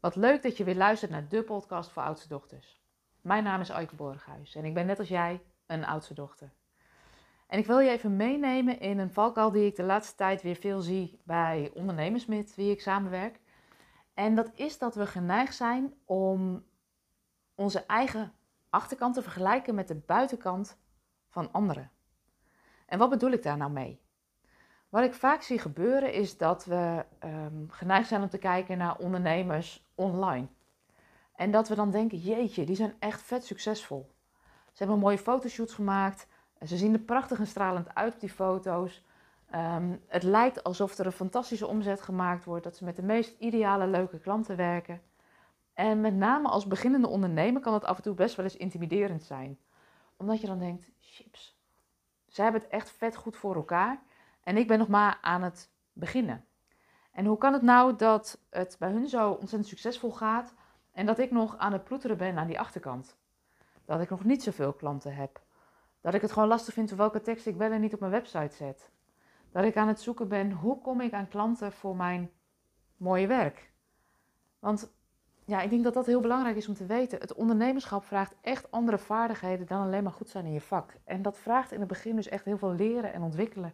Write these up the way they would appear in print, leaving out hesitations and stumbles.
Wat leuk dat je weer luistert naar de podcast voor oudste dochters. Mijn naam is Aike Borghuis en ik ben net als jij een oudste dochter. En ik wil je even meenemen in een valkuil die ik de laatste tijd weer veel zie bij ondernemers met wie ik samenwerk. En dat is dat we geneigd zijn om onze eigen achterkant te vergelijken met de buitenkant van anderen. En wat bedoel ik daar nou mee? Wat ik vaak zie gebeuren is dat we geneigd zijn om te kijken naar ondernemers online. En dat we dan denken, jeetje, die zijn echt vet succesvol. Ze hebben mooie fotoshoots gemaakt. Ze zien er prachtig en stralend uit op die foto's. Het lijkt alsof er een fantastische omzet gemaakt wordt. Dat ze met de meest ideale, leuke klanten werken. En met name als beginnende ondernemer kan dat af en toe best wel eens intimiderend zijn. Omdat je dan denkt, chips, ze hebben het echt vet goed voor elkaar. En ik ben nog maar aan het beginnen. En hoe kan het nou dat het bij hun zo ontzettend succesvol gaat en dat ik nog aan het ploeteren ben aan die achterkant? Dat ik nog niet zoveel klanten heb. Dat ik het gewoon lastig vind welke tekst ik wel en niet op mijn website zet. Dat ik aan het zoeken ben, hoe kom ik aan klanten voor mijn mooie werk? Want ja, ik denk dat dat heel belangrijk is om te weten. Het ondernemerschap vraagt echt andere vaardigheden dan alleen maar goed zijn in je vak. En dat vraagt in het begin dus echt heel veel leren en ontwikkelen.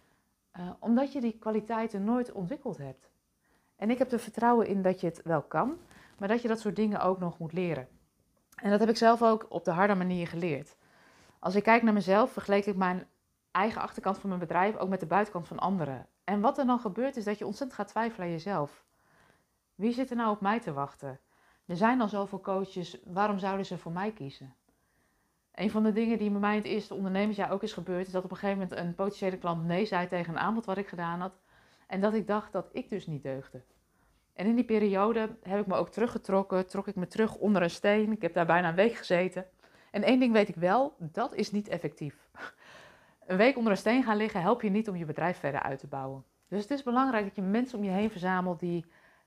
Omdat je die kwaliteiten nooit ontwikkeld hebt. En ik heb er vertrouwen in dat je het wel kan, maar dat je dat soort dingen ook nog moet leren. En dat heb ik zelf ook op de harde manier geleerd. Als ik kijk naar mezelf, vergeleek ik mijn eigen achterkant van mijn bedrijf ook met de buitenkant van anderen. En wat er dan gebeurt is dat je ontzettend gaat twijfelen aan jezelf. Wie zit er nou op mij te wachten? Er zijn al zoveel coaches, waarom zouden ze voor mij kiezen? Een van de dingen die bij mij in het eerste ondernemersjaar ook is gebeurd, is dat op een gegeven moment een potentiële klant nee zei tegen een aanbod wat ik gedaan had. En dat ik dacht dat ik dus niet deugde. En in die periode heb ik me ook teruggetrokken, trok ik me terug onder een steen. Ik heb daar bijna een week gezeten. En één ding weet ik wel, dat is niet effectief. Een week onder een steen gaan liggen helpt je niet om je bedrijf verder uit te bouwen. Dus het is belangrijk dat je mensen om je heen verzamelt die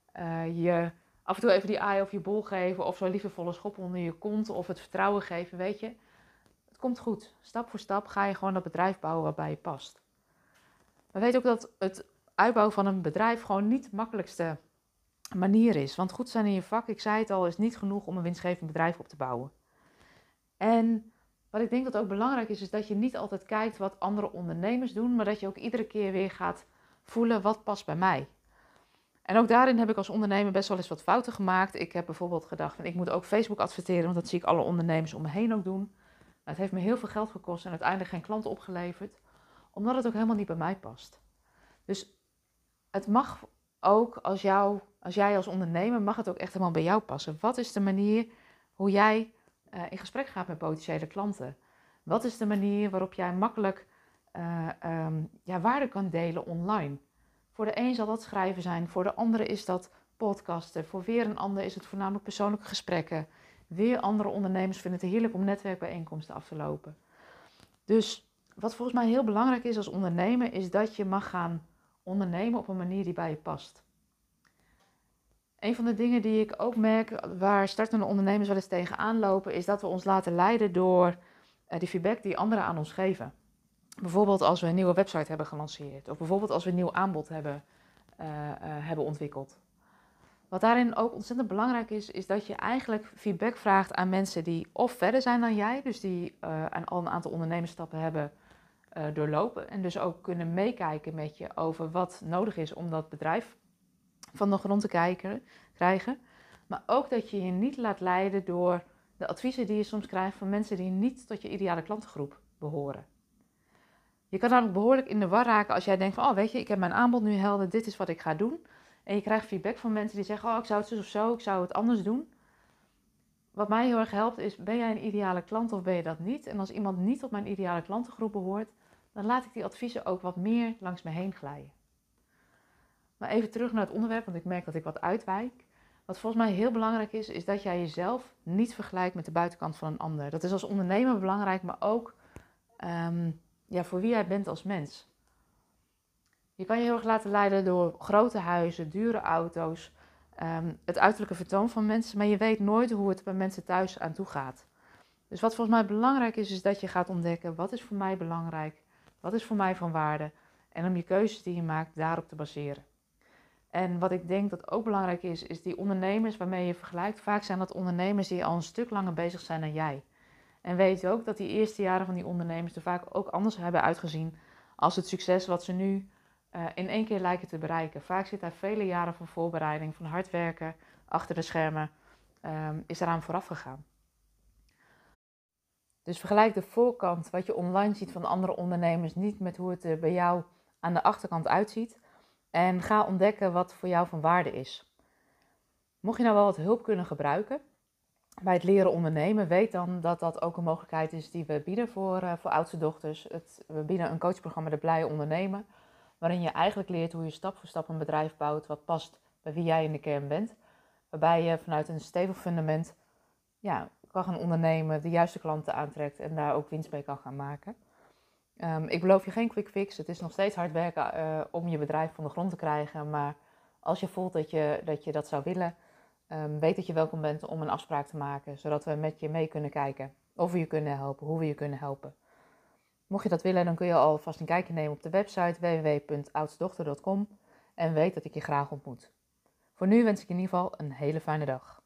je af en toe even die aai of je bol geven. Of zo'n liefdevolle schop onder je kont of het vertrouwen geven, weet je. Het komt goed. Stap voor stap ga je gewoon dat bedrijf bouwen waarbij je past. We weten ook dat het uitbouwen van een bedrijf gewoon niet het makkelijkste manier is. Want goed zijn in je vak, ik zei het al, is niet genoeg om een winstgevend bedrijf op te bouwen. En wat ik denk dat ook belangrijk is dat je niet altijd kijkt wat andere ondernemers doen, maar dat je ook iedere keer weer gaat voelen wat past bij mij. En ook daarin heb ik als ondernemer best wel eens wat fouten gemaakt. Ik heb bijvoorbeeld gedacht van ik moet ook Facebook adverteren, want dat zie ik alle ondernemers om me heen ook doen. Het heeft me heel veel geld gekost en uiteindelijk geen klanten opgeleverd, omdat het ook helemaal niet bij mij past. Dus het mag ook als jij als ondernemer, mag het ook echt helemaal bij jou passen. Wat is de manier hoe jij in gesprek gaat met potentiële klanten? Wat is de manier waarop jij makkelijk waarde kan delen online? Voor de een zal dat schrijven zijn, voor de andere is dat podcasten, voor weer een ander is het voornamelijk persoonlijke gesprekken. Weer andere ondernemers vinden het heerlijk om netwerkbijeenkomsten af te lopen. Dus wat volgens mij heel belangrijk is als ondernemer, is dat je mag gaan ondernemen op een manier die bij je past. Een van de dingen die ik ook merk, waar startende ondernemers wel eens tegenaan lopen, is dat we ons laten leiden door de feedback die anderen aan ons geven. Bijvoorbeeld als we een nieuwe website hebben gelanceerd, of bijvoorbeeld als we een nieuw aanbod hebben ontwikkeld. Wat daarin ook ontzettend belangrijk is dat je eigenlijk feedback vraagt aan mensen die of verder zijn dan jij, dus die al een aantal ondernemersstappen hebben doorlopen en dus ook kunnen meekijken met je over wat nodig is om dat bedrijf van de grond te krijgen. Maar ook dat je je niet laat leiden door de adviezen die je soms krijgt van mensen die niet tot je ideale klantengroep behoren. Je kan namelijk behoorlijk in de war raken als jij denkt van, oh weet je, ik heb mijn aanbod nu helder, dit is wat ik ga doen. En je krijgt feedback van mensen die zeggen, oh ik zou het zus of zo, ik zou het anders doen. Wat mij heel erg helpt is, ben jij een ideale klant of ben je dat niet? En als iemand niet tot mijn ideale klantengroep behoort, dan laat ik die adviezen ook wat meer langs me heen glijden. Maar even terug naar het onderwerp, want ik merk dat ik wat uitwijk. Wat volgens mij heel belangrijk is dat jij jezelf niet vergelijkt met de buitenkant van een ander. Dat is als ondernemer belangrijk, maar ook voor wie jij bent als mens. Je kan je heel erg laten leiden door grote huizen, dure auto's, het uiterlijke vertoon van mensen, maar je weet nooit hoe het bij mensen thuis aan toe gaat. Dus wat volgens mij belangrijk is dat je gaat ontdekken, wat is voor mij belangrijk, wat is voor mij van waarde, en om je keuzes die je maakt daarop te baseren. En wat ik denk dat ook belangrijk is die ondernemers waarmee je vergelijkt. Vaak zijn dat ondernemers die al een stuk langer bezig zijn dan jij. En weet ook dat die eerste jaren van die ondernemers er vaak ook anders hebben uitgezien als het succes wat ze nu in één keer lijken te bereiken. Vaak zit daar vele jaren van voorbereiding, van hard werken, achter de schermen, is eraan vooraf gegaan. Dus vergelijk de voorkant, wat je online ziet van andere ondernemers, niet met hoe het er bij jou aan de achterkant uitziet. En ga ontdekken wat voor jou van waarde is. Mocht je nou wel wat hulp kunnen gebruiken bij het leren ondernemen, weet dan dat dat ook een mogelijkheid is die we bieden voor oudste dochters. We bieden een coachprogramma De Blije Ondernemen, waarin je eigenlijk leert hoe je stap voor stap een bedrijf bouwt wat past bij wie jij in de kern bent. Waarbij je vanuit een stevig fundament kan gaan ondernemen, de juiste klanten aantrekt en daar ook winst mee kan gaan maken. Ik beloof je geen quick fix. Het is nog steeds hard werken om je bedrijf van de grond te krijgen. Maar als je voelt dat je dat zou willen, weet dat je welkom bent om een afspraak te maken. Zodat we met je mee kunnen kijken of we je kunnen helpen, hoe we je kunnen helpen. Mocht je dat willen, dan kun je alvast een kijkje nemen op de website www.oudsdochter.com. En weet dat ik je graag ontmoet. Voor nu wens ik je in ieder geval een hele fijne dag.